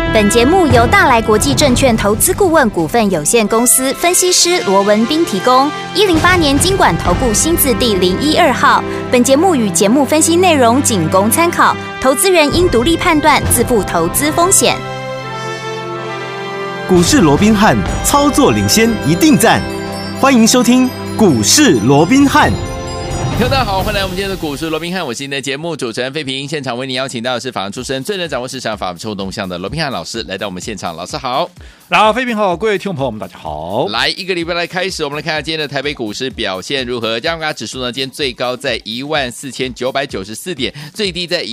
本节目由大来国际证券投资顾问股份有限公司分析师罗文彬提供，108年金管投顾新字第012号。本节目与节目分析内容仅供参考，投资人应独立判断，自负投资风险。 股市罗宾汉，操作领先一定赞。欢迎收听股市罗宾汉。 大家好，欢迎来我们今天的股市罗宾汉，我是您的节目主持人费平。现场为您邀请到的是法律出身、最能掌握市场法律臭动向的罗宾汉老师来到我们现场。老师好。 费平好，各位听众朋友们大家好。 来一个礼拜来开始，我们来看看今天的台北股市表现如何。加权指数呢，今天最高在14994点，最低在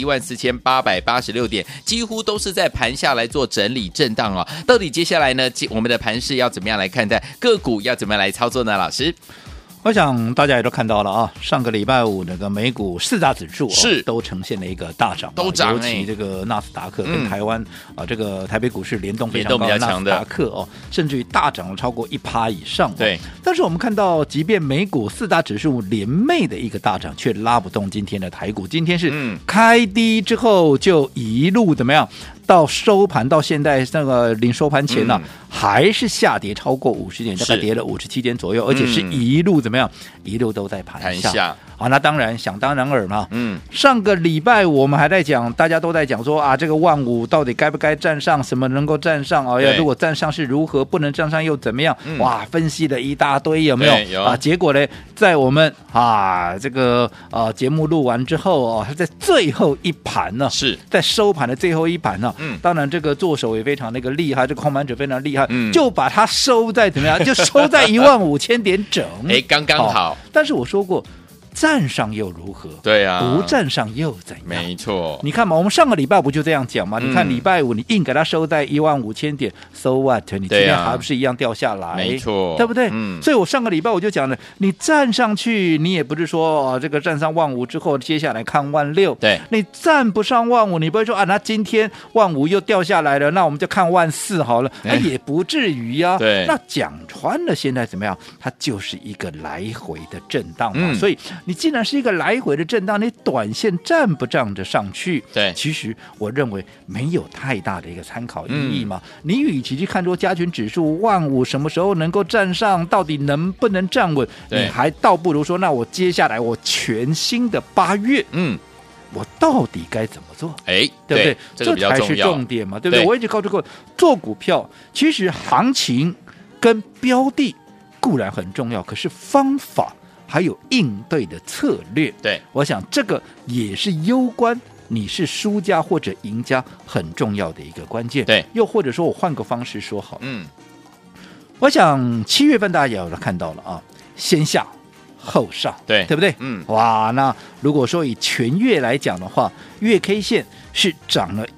14886点，几乎都是在盘下来做整理震荡哦。到底接下来呢，我们的盘势要怎么样来看待？个股要怎么样来操作呢？老师？ 我想大家也都看到了啊，上个礼拜五那个美股4大指数是都呈现了一个大涨， 都涨， 尤其这个纳斯达克跟台湾这个台北股市联动非常高的纳斯达克哦，甚至于大涨了超过1%以上。 对， 但是我们看到，即便美股4大指数连袂的一个大涨，却拉不动今天的台股。今天是开低之后就一路怎么样？到收盘到现在那个临收盘前呢，还是下跌超过50点，大概跌了57点左右，而且是一路怎么样？一路都在盘下。好，那当然想当然尔嘛。上个礼拜我们还在讲，大家都在讲说啊，这个万五到底该不该站上？什么能够站上啊？如果站上是如何？不能站上又怎么样？哇，分析了一大堆，有没有？ 有啊。结果呢，在我们这个节目录完之后在最后一盘呢， 是在收盘的最后一盘呢。当然这个做手也非常那个厉害，这个空盘者非常厉害，就把它收在怎么样？就收在15000点整。 刚刚好。 但是我说过，站上又如何？ 对啊， 不站上又怎样？ 没错， 你看嘛，我们上个礼拜不就这样讲吗？你看礼拜五你硬给它收在15000点 ，so what？ 你今天还不是一样掉下来？ 没错， 对不对？所以我上个礼拜我就讲了，你站上去，你也不是说这个站上15000之后，接下来看16000。 对， 你站不上15000，你不会说那今天15000又掉下来了，那我们就看14000好了，也不至于啊。 对， 那讲穿了，现在怎么样？它就是一个来回的震荡嘛。所以你既然是一个来回的震荡，你短线站不站得上去？ 对， 其实我认为没有太大的一个参考意义嘛。你与其去看说加权指数15000什么时候能够站上，到底能不能站稳，你还倒不如说，那我接下来我全新的8月，我到底该怎么做？ 对不对？ 这才是重点嘛，对不对？我一直告诉各位，做股票其实行情跟标的固然很重要，可是方法还有应对的策略， 对， 我想这个也是攸关你是输家或者赢家很重要的一个关键。 对， 又或者说我换个方式说好，我想7月份大家也有看到了啊，先下后上， 对不对？哇，那如果说以全月来讲的话，月 K 线是涨了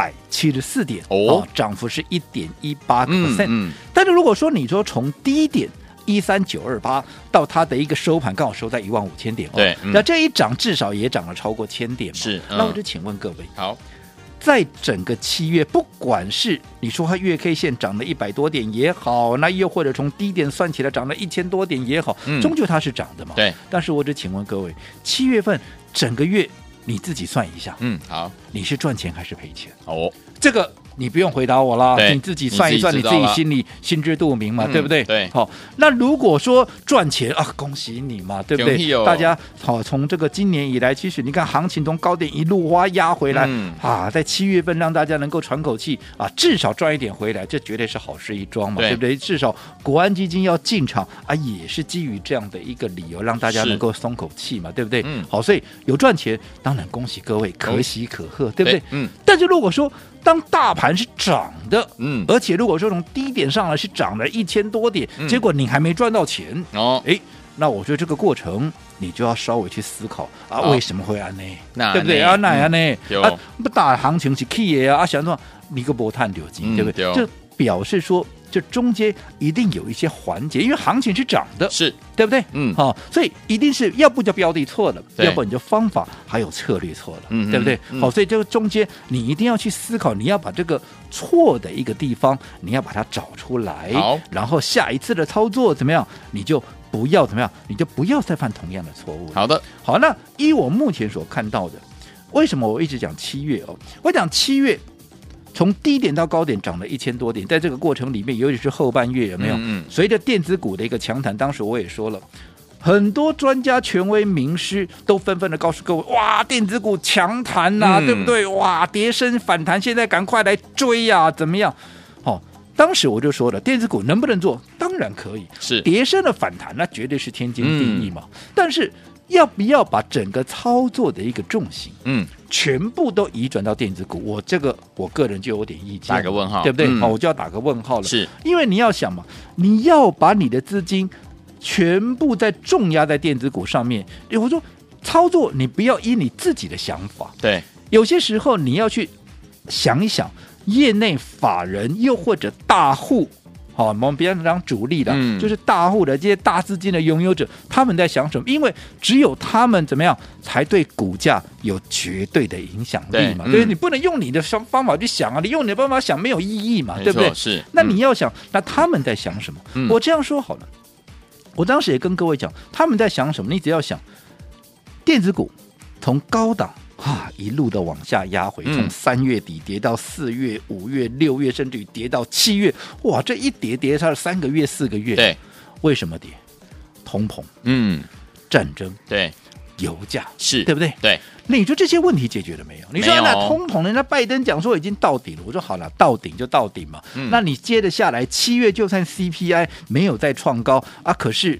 174点，涨幅是1.18%。但是如果说你说从低点13928到它的一个收盘刚好收在15000点， 对， 那这一涨至少也涨了超过1000点嘛。 是， 那我就请问各位， 好， 在整个7月，不管是你说它月 K 线涨了100多点也好，那又或者从低点算起来涨了1000多点也好，终究它是涨的嘛。 对。 但是我只请问各位，7月份整个月你自己算一下， 好， 你是赚钱还是赔钱？ 这个你不用回答我了，你自己算一算，你自己心知肚明嘛，对不对？ 对。 好，那如果说赚钱啊，恭喜你嘛，对不对？大家好，从这个今年以来，其实你看行情从高点一路压回来，在7月份让大家能够喘口气啊，至少赚一点回来，这绝对是好事一桩嘛，对不对？至少国安基金要进场啊，也是基于这样的一个理由，让大家能够松口气嘛，对不对？好，所以有赚钱，当然恭喜各位，可喜可贺，对不对？但是如果说当大盘是涨的，而且如果说从低点上来是涨了1000多点，结果你还没赚到钱，那我觉得这个过程你就要稍微去思考啊，为什么会安呢？对不对啊？那样呢？不打行情是 key 啊，想说你个波探流金，对不对？就表示说，这中间一定有一些环节，因为行情是涨的， 是对不对？所以一定是要不就标的错了，要不你就方法还有策略错了，对不对？好，所以这个中间你一定要去思考，你要把这个错的一个地方，你要把它找出来，然后下一次的操作怎么样，你就不要怎么样，你就不要再犯同样的错误。 好的， 好，那依我目前所看到的，为什么我一直讲7月哦？我讲7月从低点到高点涨了1000多点，在这个过程里面，尤其是后半月有没有？随着电子股的一个强弹，当时我也说了。很多专家、权威、名师都纷纷的告诉各位：哇，电子股强弹呐，对不对？哇，跌升反弹，现在赶快来追呀，怎么样？当时我就说了，电子股能不能做？当然可以， 是跌升的反弹，那绝对是天经地义嘛。但是要不要把整个操作的一个重心，全部都移转到电子股？我个人就有点意见， 打个问号， 对不对？我就要打个问号了， 是因为你要想嘛，你要把你的资金全部在重压在电子股上面，我说操作你不要依你自己的想法， 对， 有些时候你要去想一想。业内法人又或者大户，我们不要讲主力的，就是大户的这些大资金的拥有者，他们在想什么？因为只有他们怎么样，才对股价有绝对的影响力嘛。对，你不能用你的方法去想啊，你用你的方法想没有意义嘛，对不对？ 是。 那你要想，那他们在想什么？我这样说好了，我当时也跟各位讲，他们在想什么？你只要想，电子股从高档。一路的往下压回，从3月底跌到4月、5月、6月，甚至于跌到7月，哇，这一跌它是3个月、4个月。 对， 为什么跌？通膨，战争， 对， 油价， 是对不对？ 对。 那你说这些问题解决了没有？你说那通膨，人家拜登讲说已经到顶了，我说好了，到顶就到顶嘛。那你接着下来，7月就算 CPI 没有再创高啊，可是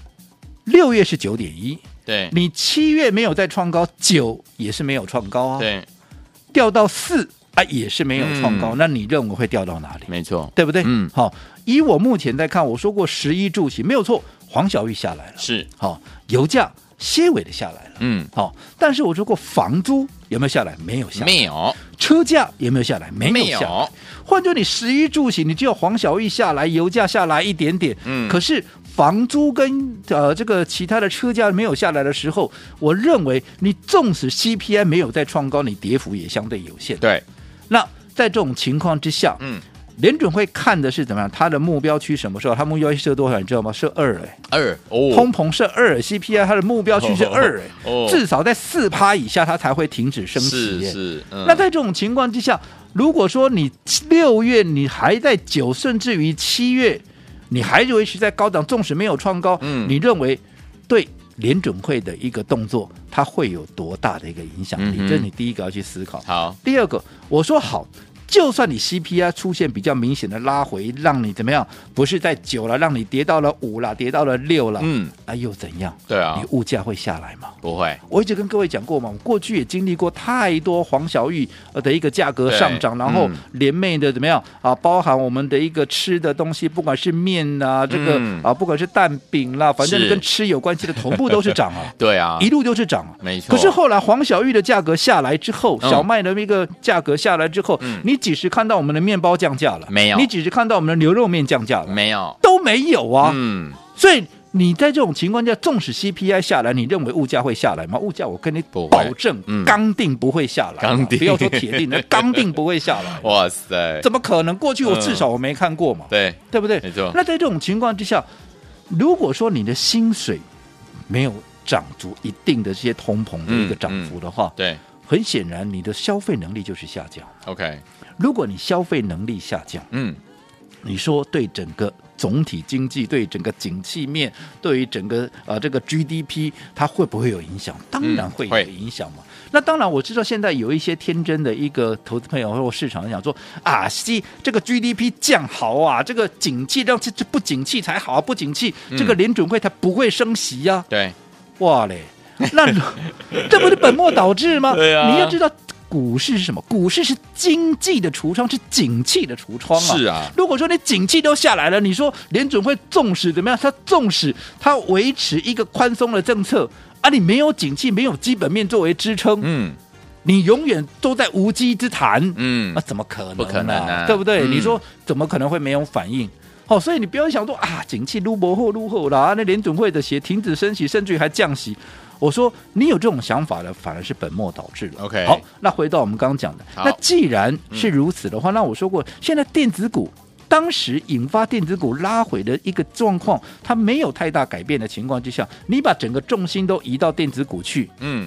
6月是9.1。 对， 你7月没有再创高，9也是没有创高啊， 对， 掉到4也是没有创高，那你认为会掉到哪里？ 没错， 对不对？好，以我目前在看，我说过11住行没有错，黄小玉下来了， 是， 油价些微的下来了，好，但是我说过房租有没有下来？没有下来， 没有， 车价有没有下来？没有下来。换作你11住行，你只有黄小玉下来，油价下来一点点，可是。房租跟这个其他的车价没有下来的时候，我认为你纵使 CPI 没有再创高，你跌幅也相对有限。 对， 那在这种情况之下，联准会看的是怎么样？它的目标区什么时候？它目标区设多少？你知道吗？设2 2哦， 通膨是2 ，CPI 它的目标区是2至少在4%以下，它才会停止升息。 是， 那在这种情况之下，如果说你6月你还在9，甚至于7月。你还维持在高档，纵使没有创高，你认为对联准会的一个动作，它会有多大的一个影响力？这是你第一个要去思考。 好， 第二个，我说好，就算你 CPI 出现比较明显的拉回，让你怎么样？不是在9了，让你跌到了5了，跌到了6了，又怎样？ 对啊， 你物价会下来吗？ 不会。 我一直跟各位讲过嘛，我过去也经历过太多黄小玉的一个价格上涨，然后连袂的怎么样啊？包含我们的一个吃的东西，不管是面啊，这个不管是蛋饼啦，反正跟吃有关系的，同步都是涨啊。 对啊， 一路就是涨啊， 没错。 可是后来黄小玉的价格下来之后，小麦的一个价格下来之后，你几时看到我们的面包降价了？ 没有。 你几时看到我们的牛肉面降价了？ 没有， 都没有啊。所以你在这种情况下，纵使 CPI 下来，你认为物价会下来吗？物价我跟你保证，刚定不会下来。刚定，不要说铁定的，刚定不会下来。 哇塞， 怎么可能？过去我至少我没看过嘛。 对， 对不对？ 没错。 那在这种情况之下，如果说你的薪水没有涨足一定的这些通膨的一个涨幅的话， 对， 很显然你的消费能力就是下降。 OK， 如果你消费能力下降，你说对整个总体经济、对整个景气面、对于整个这个 GDP， 它会不会有影响？当然会有影响嘛。那当然，我知道现在有一些天真的一个投资朋友或市场讲说啊，这个 GDP 降好啊，这个景气让这不景气才好啊，不景气这个联准会它不会升息啊。 对， 哇嘞，那这不是本末倒置吗？ 对啊， 你要知道。股市是什么？股市是经济的橱窗，是景气的橱窗啊！ 是啊， 如果说你景气都下来了，你说联准会纵使怎么样？它纵使它维持一个宽松的政策啊，你没有景气，没有基本面作为支撑，你永远都在无稽之谈，那怎么可能？ 不可能啊， 对不对？你说怎么可能会没有反应？所以你不要想说啊，景气撸薄后啦，那联准会的写停止升息，甚至于还降息。我说你有这种想法的，反而是本末倒置了。 OK， 好，那回到我们刚刚讲的，那既然是如此的话，那我说过，现在电子股当时引发电子股拉回的一个状况，它没有太大改变的情况之下，你把整个重心都移到电子股去，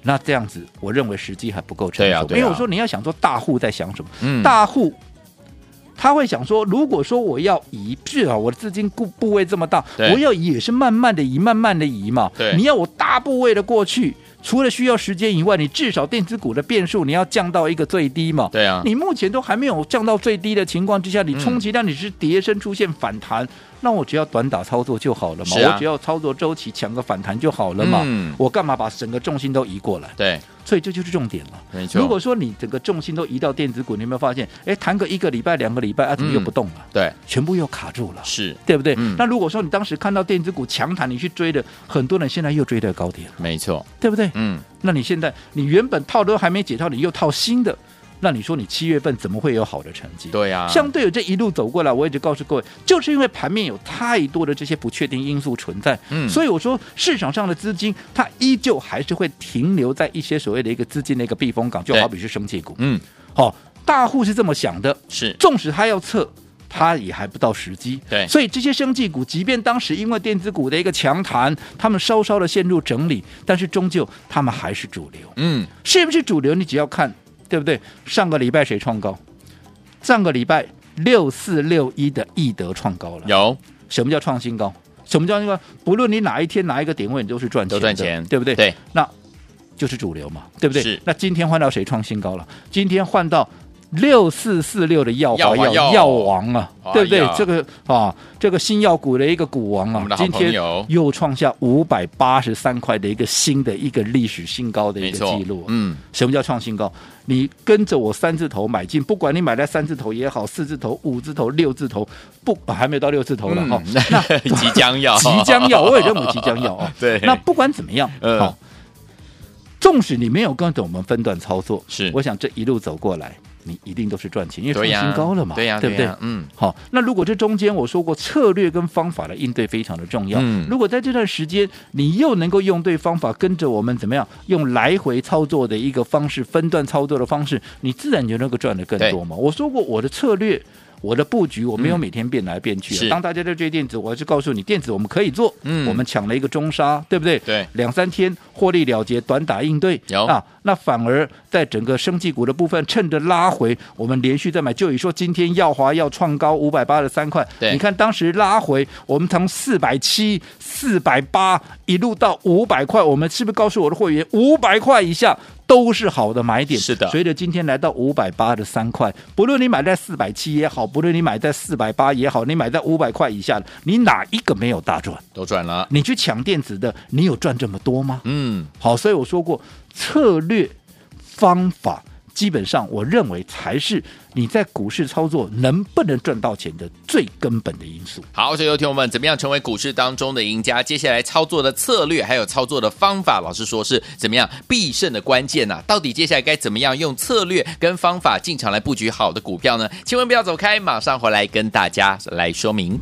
那这样子我认为时机还不够成熟。 对啊， 因为我说你要想说大户在想什么，大户他会想说，如果说我要移，是啊，我的资金部位这么大，我要移也是慢慢的移，慢慢的移嘛。你要我大部位的过去，除了需要时间以外，你至少电子股的变数你要降到一个最低嘛。 对啊， 你目前都还没有降到最低的情况之下，你充其量你是跌升出现反弹，那我只要短打操作就好了嘛，我只要操作周期抢个反弹就好了嘛。我干嘛把整个重心都移过来？ 对。 所以这就是重点了。 没错。 如果说你整个重心都移到电子股，你有没有发现，谈个1个礼拜、2个礼拜，怎么又不动了？ 对， 全部又卡住了， 是对不对？那如果说你当时看到电子股强弹，你去追的，很多人现在又追的高点了， 没错， 对不对？那你现在你原本套都还没解套，你又套新的。那你说你7月份怎么会有好的成绩？ 对啊， 相对于这一路走过来，我一直告诉各位，就是因为盘面有太多的这些不确定因素存在，所以我说市场上的资金它依旧还是会停留在一些所谓的一个资金的一个避风港，就好比是生技股，大户是这么想的， 是， 纵使他要撤，它也还不到时机， 对， 所以这些生技股，即便当时因为电子股的一个强弹，他们稍稍的陷入整理，但是终究他们还是主流，是不是主流？你只要看。对不对？上个礼拜谁创高？上个礼拜6461的易德创高了。 有什么叫创新高？什么叫那个？不论你哪一天哪一个点位，你都是赚钱的， 都赚钱， 对不对？ 对， 那就是主流嘛，对不对？ 是。 那今天换到谁创新高了？今天换到6446的药王啊，对不对？这个新药股的一个股王啊，今天又创下583块的一个新的一个历史新高的一个记录。什么叫创新高？你跟着我3字头买进，不管你买在3字头也好，4字头、5字头、6字头，还没有到6字头了哈。 那即将要， 我也认为即将要啊。 对， 那不管怎么样，纵使你没有跟着我们分段操作， 是， 我想这一路走过来。你一定都是赚钱，因为创新高了嘛， 对呀， 对不对？好，那如果这中间我说过策略跟方法的应对非常的重要。如果在这段时间你又能够用对方法，跟着我们怎么样用来回操作的一个方式，分段操作的方式，你自然就能够赚得更多嘛。我说过我的策略。我的布局我没有每天变来变去当大家在追电子，我还是告诉你，电子我们可以做，我们抢了一个中杀，对不对？ 对 ，2-3天获利了结，短打应对那反而在整个生技股的部分，趁着拉回，我们连续在买。就以说今天耀华要创高583块，你看当时拉回，我们从470、480一路到500块，我们是不是告诉我的会员500块以下？都是好的买点， 是的。 随着今天来到583块，不论你买在470也好，不论你买在480也好，你买在500块以下，你哪一个没有大赚？ 都赚了。 你去抢电子的，你有赚这么多吗？好，所以我说过，策略方法基本上我认为才是你在股市操作能不能赚到钱的最根本的因素。 好，所以有听我们怎么样成为股市当中的赢家？接下来操作的策略还有操作的方法，老师说是怎么样必胜的关键啊？到底接下来该怎么样用策略跟方法进场来布局好的股票呢？千万不要走开，马上回来跟大家来说明。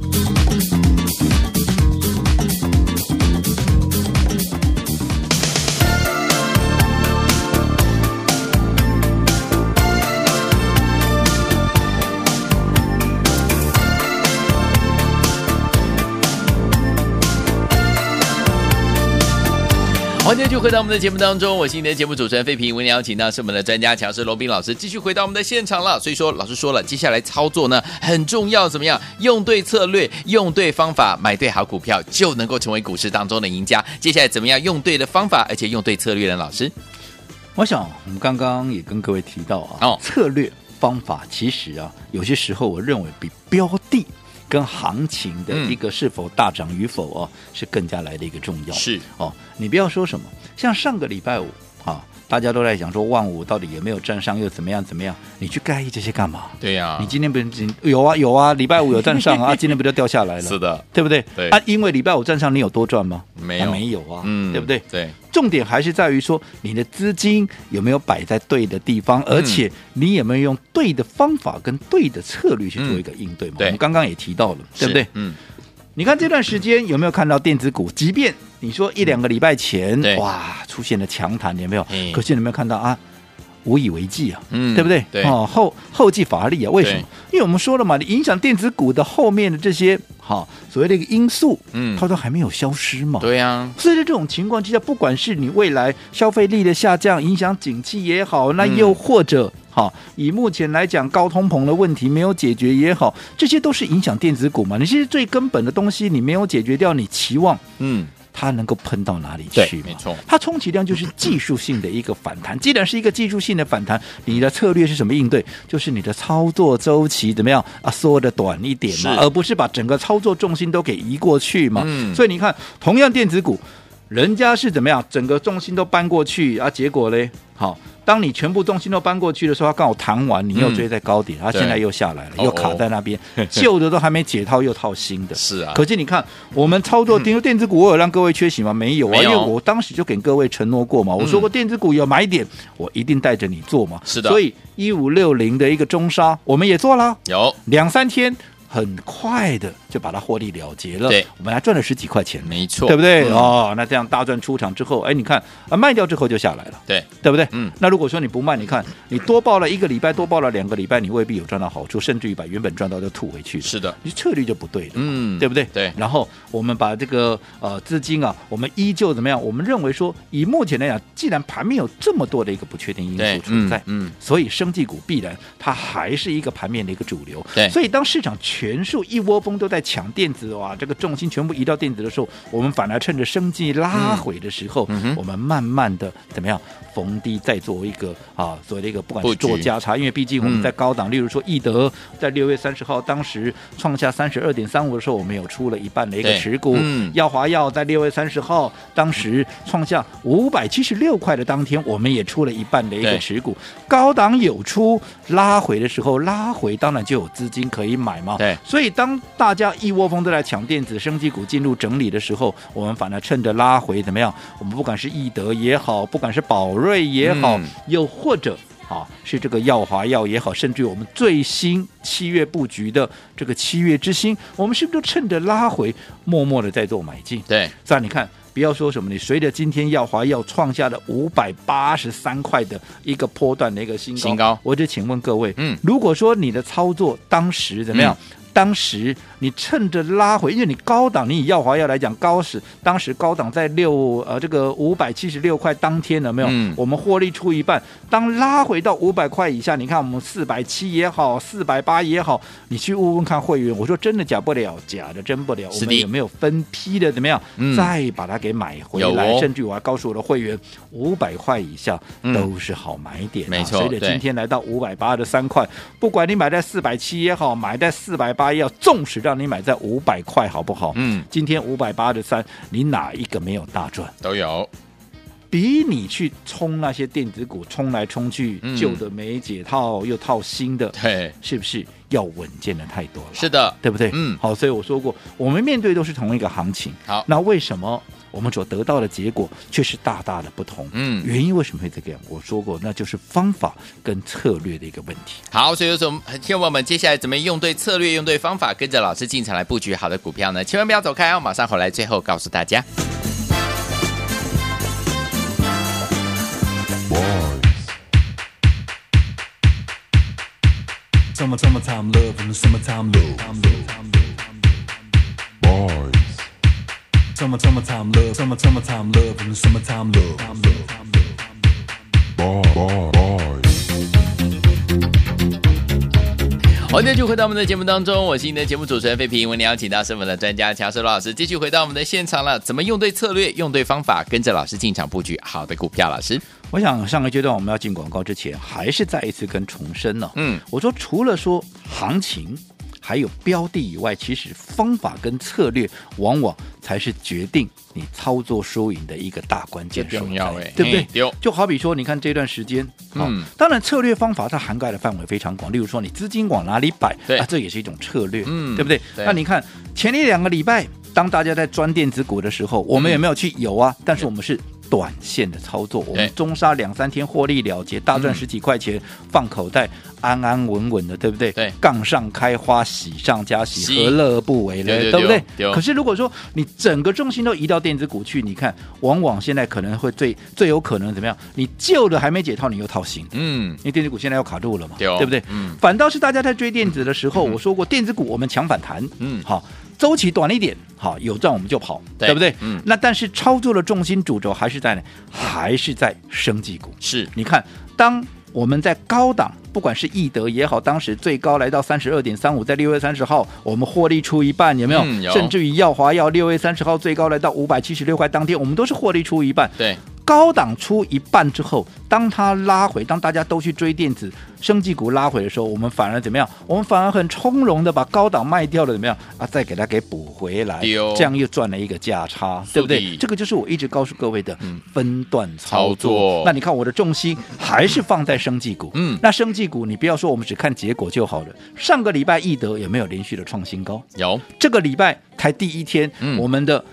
欢迎继续回到我们的节目当中，我是你的节目主持人费平。为您邀请到是我们的专家强势罗宾老师，继续回到我们的现场了。所以说，老师说了，接下来操作呢很重要，怎么样用对策略，用对方法，买对好股票，就能够成为股市当中的赢家。接下来怎么样用对的方法，而且用对策略呢？老师， 我想我们刚刚也跟各位提到策略方法其实有些时候我认为比标的跟行情的一个是否大涨与否是更加来的一个重要。 是你不要说什么，像上个礼拜五大家都在讲说万五到底有没有站上，又怎么样怎么样？你去在意这些干嘛？ 对呀， 你今天不是有啊，礼拜五有站上今天不就掉下来了？ 是的， 对不对？ 对因为礼拜五站上，你有多赚吗？ 没有对不对？ 对， 重点还是在于说你的资金有没有摆在对的地方，而且你有没有用对的方法跟对的策略去做一个应对嘛？我们刚刚也提到了，对不对？你看这段时间有没有看到电子股？即便你说1-2个礼拜前，哇，出现了强弹，有没有？可是你有没有看到无以为继对不对？ 对后继乏力为什么？因为我们说了嘛，你影响电子股的后面的这些所谓的一个因素，它都还没有消失嘛。 对啊， 所以在这种情况之下，不管是你未来消费力的下降影响景气也好，那又或者以目前来讲高通膨的问题没有解决也好，这些都是影响电子股嘛。你其实最根本的东西你没有解决掉，你期望它能够喷到哪里去嘛？ 没错， 它充其量就是技术性的一个反弹。既然是一个技术性的反弹，你的策略是什么应对？就是你的操作周期怎么样缩得短一点嘛，而不是把整个操作重心都给移过去嘛。所以你看，同样电子股，人家是怎么样，整个重心都搬过去结果嘞，当你全部重心都搬过去的时候，它刚好弹完，你又追在高点，它现在又下来了，又卡在那边，旧的都还没解套，又套新的。是啊，可是你看我们操作电子股，我有让各位缺席吗？没有啊，因为我当时就给各位承诺过嘛，我说过电子股有买点，我一定带着你做嘛。是的，所以1560的一个中砂，我们也做了，有2-3天。很快的就把它获利了结了，对，我们还赚了10几块钱，没错，对不对？那这样大赚出场之后，你看卖掉之后就下来了，对不对？那如果说你不卖，你看你多报了1个礼拜，多报了2个礼拜，你未必有赚到好处，甚至于把原本赚到就吐回去了。是的，你策略就不对了，对不对？对。然后我们把这个资金我们依旧怎么样？我们认为说，以目前来讲，既然盘面有这么多的一个不确定因素存在，所以生技股必然它还是一个盘面的一个主流。对，所以当市场全数一窝蜂都在抢电子，这个重心全部移到电子的时候，我们反而趁着生技拉回的时候，我们慢慢的怎么样逢低再做一个所谓的一个不管是做价差，因为毕竟我们在高档，例如说易德在6月30号当时创下32.35的时候，我们有出了一半的一个持股，耀华药在6月30号当时创下576块的当天，我们也出了一半的一个持股，高档有出，拉回的时候拉回当然就有资金可以买嘛。对，所以当大家一窝蜂都来抢电子生技股进入整理的时候，我们反而趁着拉回怎么样？我们不管是易德也好，不管是宝瑞也好，又或者是这个耀华药也好，甚至我们最新7月布局的这个7月之星，我们是不是都趁着拉回默默的在做买进？对，这样你看。不要说什么，你随着今天耀华药创下了583块的一个波段的一个新高，我就请问各位，如果说你的操作当时怎么样？当时你趁着拉回，因为你高档，你以耀华药来讲，当时高档在这个576块当天有没有？我们获利出一半，当拉回到500块以下，你看我们470也好，480也好，你去问问看会员，我说真的假不了，假的真不了，我们有没有分批的怎么样，再把它给买回来？甚至我还告诉我的会员，500块以下都是好买点，没错。随着今天来到583块，不管你买在470也好，买在480。要纵使让你买在500块好不好？今天583，你哪一个没有大赚？都有。比你去冲那些电子股冲来冲去，旧的没解套又套新的，对，是不是要稳健的太多了？是的，对不对？好，所以我说过，我们面对都是同一个行情。好，那为什么我们所得到的结果却是大大的不同？原因为什么会这样？我说过，那就是方法跟策略的一个问题。好，所以有什么听众们接下来怎么用对策略、用对方法，跟着老师进场来布局好的股票呢？千万不要走开马上回来，最后告诉大家。Summertime love in the summertime low. Boys. Summertime love, summertime love in the summertime low. Boys. 好的，就回到我们的节目当中，我是你的节目主持人费平，为你邀请到是我们的专家乔世罗老师，继续回到我们的现场了。怎么用对策略，用对方法，跟着老师进场布局好的股票？老师，我想上个阶段我们要进广告之前，还是再一次跟重申呢。我说除了说行情还有标的以外，其实方法跟策略往往才是决定你操作输赢的一个大关键所在，对不对？就好比说，你看这段时间，当然策略方法它涵盖的范围非常广，例如说你资金往哪里摆，这也是一种策略，对不对？那你看前2个礼拜，当大家在钻电子股的时候，我们有没有去？有啊，但是我们是短线的操作，我们中杀2-3天获利了结，大赚10几块钱，放口袋，安安稳稳的，对不对？对，杠上开花，喜上加喜，何乐而不为呢？对不对？可是如果说你整个重心都移到电子股去，你看，往往现在可能会最有可能怎么样？你旧的还没解套，你又套新的，因为电子股现在要卡住了嘛，对不对？反倒是大家在追电子的时候，我说过，电子股我们抢反弹，好。 周期短一点，好，有赚我们就跑， 对不对？那但是操作的重心主轴还是在哪？还是在生技股。 是， 你看，当我们在高档，不管是易德也好，当时最高来到 32.35， 在6月30号我们获利出一半，有没有？ 有， 甚至于耀华药6月30号最高来到576块，当天我们都是获利出一半。 对。 高档出一半之后，当它拉回，当大家都去追电子生技股拉回的时候，我们反而怎么样？我们反而很从容的把高档卖掉了，怎么样啊？再给它给补回来，这样又赚了一个价差，对不对？这个就是我一直告诉各位的分段操作。那你看我的重心还是放在生技股，那生技股你不要说我们只看结果就好了。上个礼拜易德有没有连续的创新高？ 有。 这个礼拜才第一天，我们的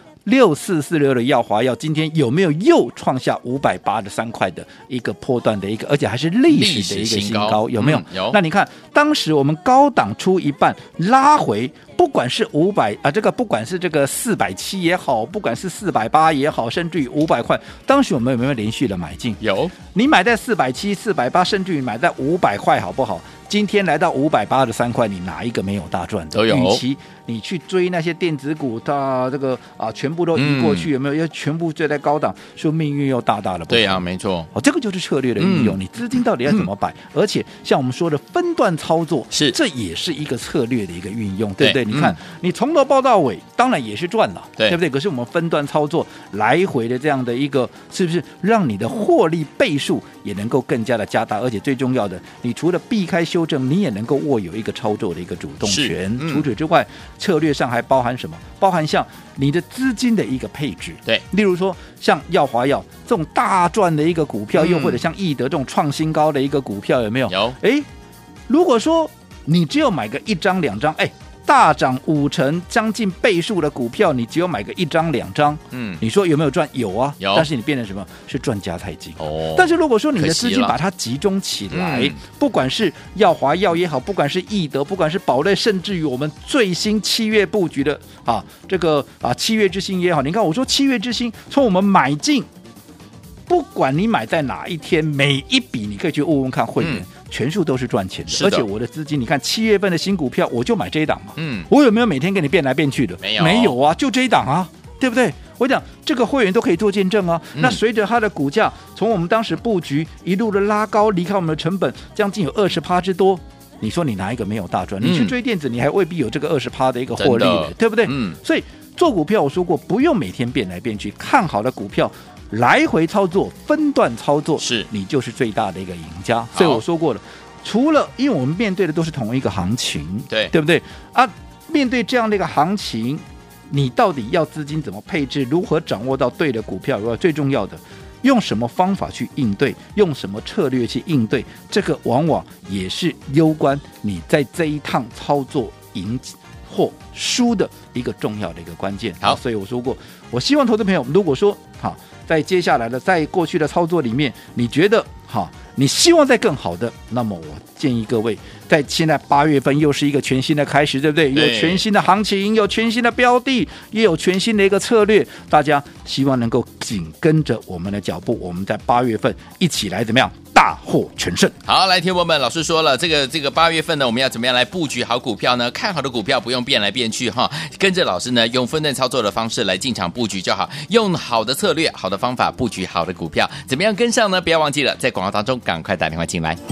6446的耀华药今天有没有又创下583块的一个波段的一个，而且还是历史的一个新高，有没有？ 有。 那你看当时我们高档出一半拉回，不管是500啊，这个不管是这个470也好，不管是480也好，甚至于500块，当时我们有没有连续的买进？ 有。 你买在470、480，甚至于买在500块，好不好？今天来到583块，你哪一个没有大赚的？ 都有。 与其你去追那些电子股，它这个全部都移过去，有没有？要全部追在高档，说命运又大大的不同。 对啊，没错。 这个就是策略的运用，你资金到底要怎么摆？而且像我们说的分段操作，这也是一个策略的一个运用，对不对？你看，你从头报到尾，当然也是赚了，对不对？可是我们分段操作，来回的这样的一个，是不是让你的获利倍数也能够更加的加大？而且最重要的，你除了避开修正，你也能够握有一个操作的一个主动权。除此之外，策略上还包含什么？包含像你的资金的一个配置。 对， 例如说像耀华药这种大赚的一个股票，又或者像易德这种创新高的一个股票，有没有？ 有。 如果说你只有买个1张2张，大涨5成，将近倍数的股票，你只有买个1张2张，你说有没有赚？有啊，有。但是你变成什么？是赚加太金。但是如果说你的资金把它集中起来，不管是耀华药也好，不管是易德，不管是宝类，甚至于我们最新7月布局的这个7月之星也好，你看我说7月之星，从我们买进，不管你买在哪一天，每一笔你可以去问问看会员。全数都是赚钱的，而且我的资金，你看7月份的新股票，我就买这一档嘛。我有没有每天给你变来变去的？没有啊，就这一档啊，对不对？我讲这个会员都可以做见证啊。那随着它的股价从我们当时布局一路的拉高，离开我们的成本将近有20%之多，你说你哪一个没有大赚？你去追电子，你还未必有这个20%的一个获利的，对不对？所以做股票我说过，不用每天变来变去，看好的股票。来回操作，分段操作，是你就是最大的一个赢家。所以我说过了，除了因为我们面对的都是同一个行情，对不对啊？面对这样的一个行情，你到底要资金怎么配置，如何掌握到对的股票？最重要的，用什么方法去应对，用什么策略去应对，这个往往也是攸关你在这一趟操作赢或输的一个重要的一个关键。好，所以我说过，我希望投资朋友，如果说在接下来的，在过去的操作里面，你觉得你希望在更好的，那么我建议各位，在现在8月份又是一个全新的开始，对不对？有全新的行情，有全新的标的，也有全新的一个策略，大家希望能够紧跟着我们的脚步，我们在8月份一起来怎么样？大获全胜。 好，来，听众们，老师说了，这个8月份呢，我们要怎么样来布局好股票呢？看好的股票不用变来变去跟着老师呢，用分段操作的方式来进场布局就好，用好的策略、好的方法布局好的股票，怎么样跟上呢？不要忘记了，在广告当中赶快打电话进来。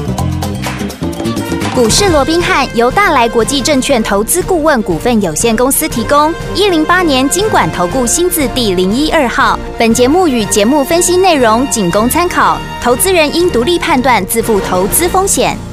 股市罗宾汉由大来国际证券投资顾问股份有限公司提供，108年金管投顾新字第012号。本节目与节目分析内容仅供参考，投资人应独立判断，自负投资风险。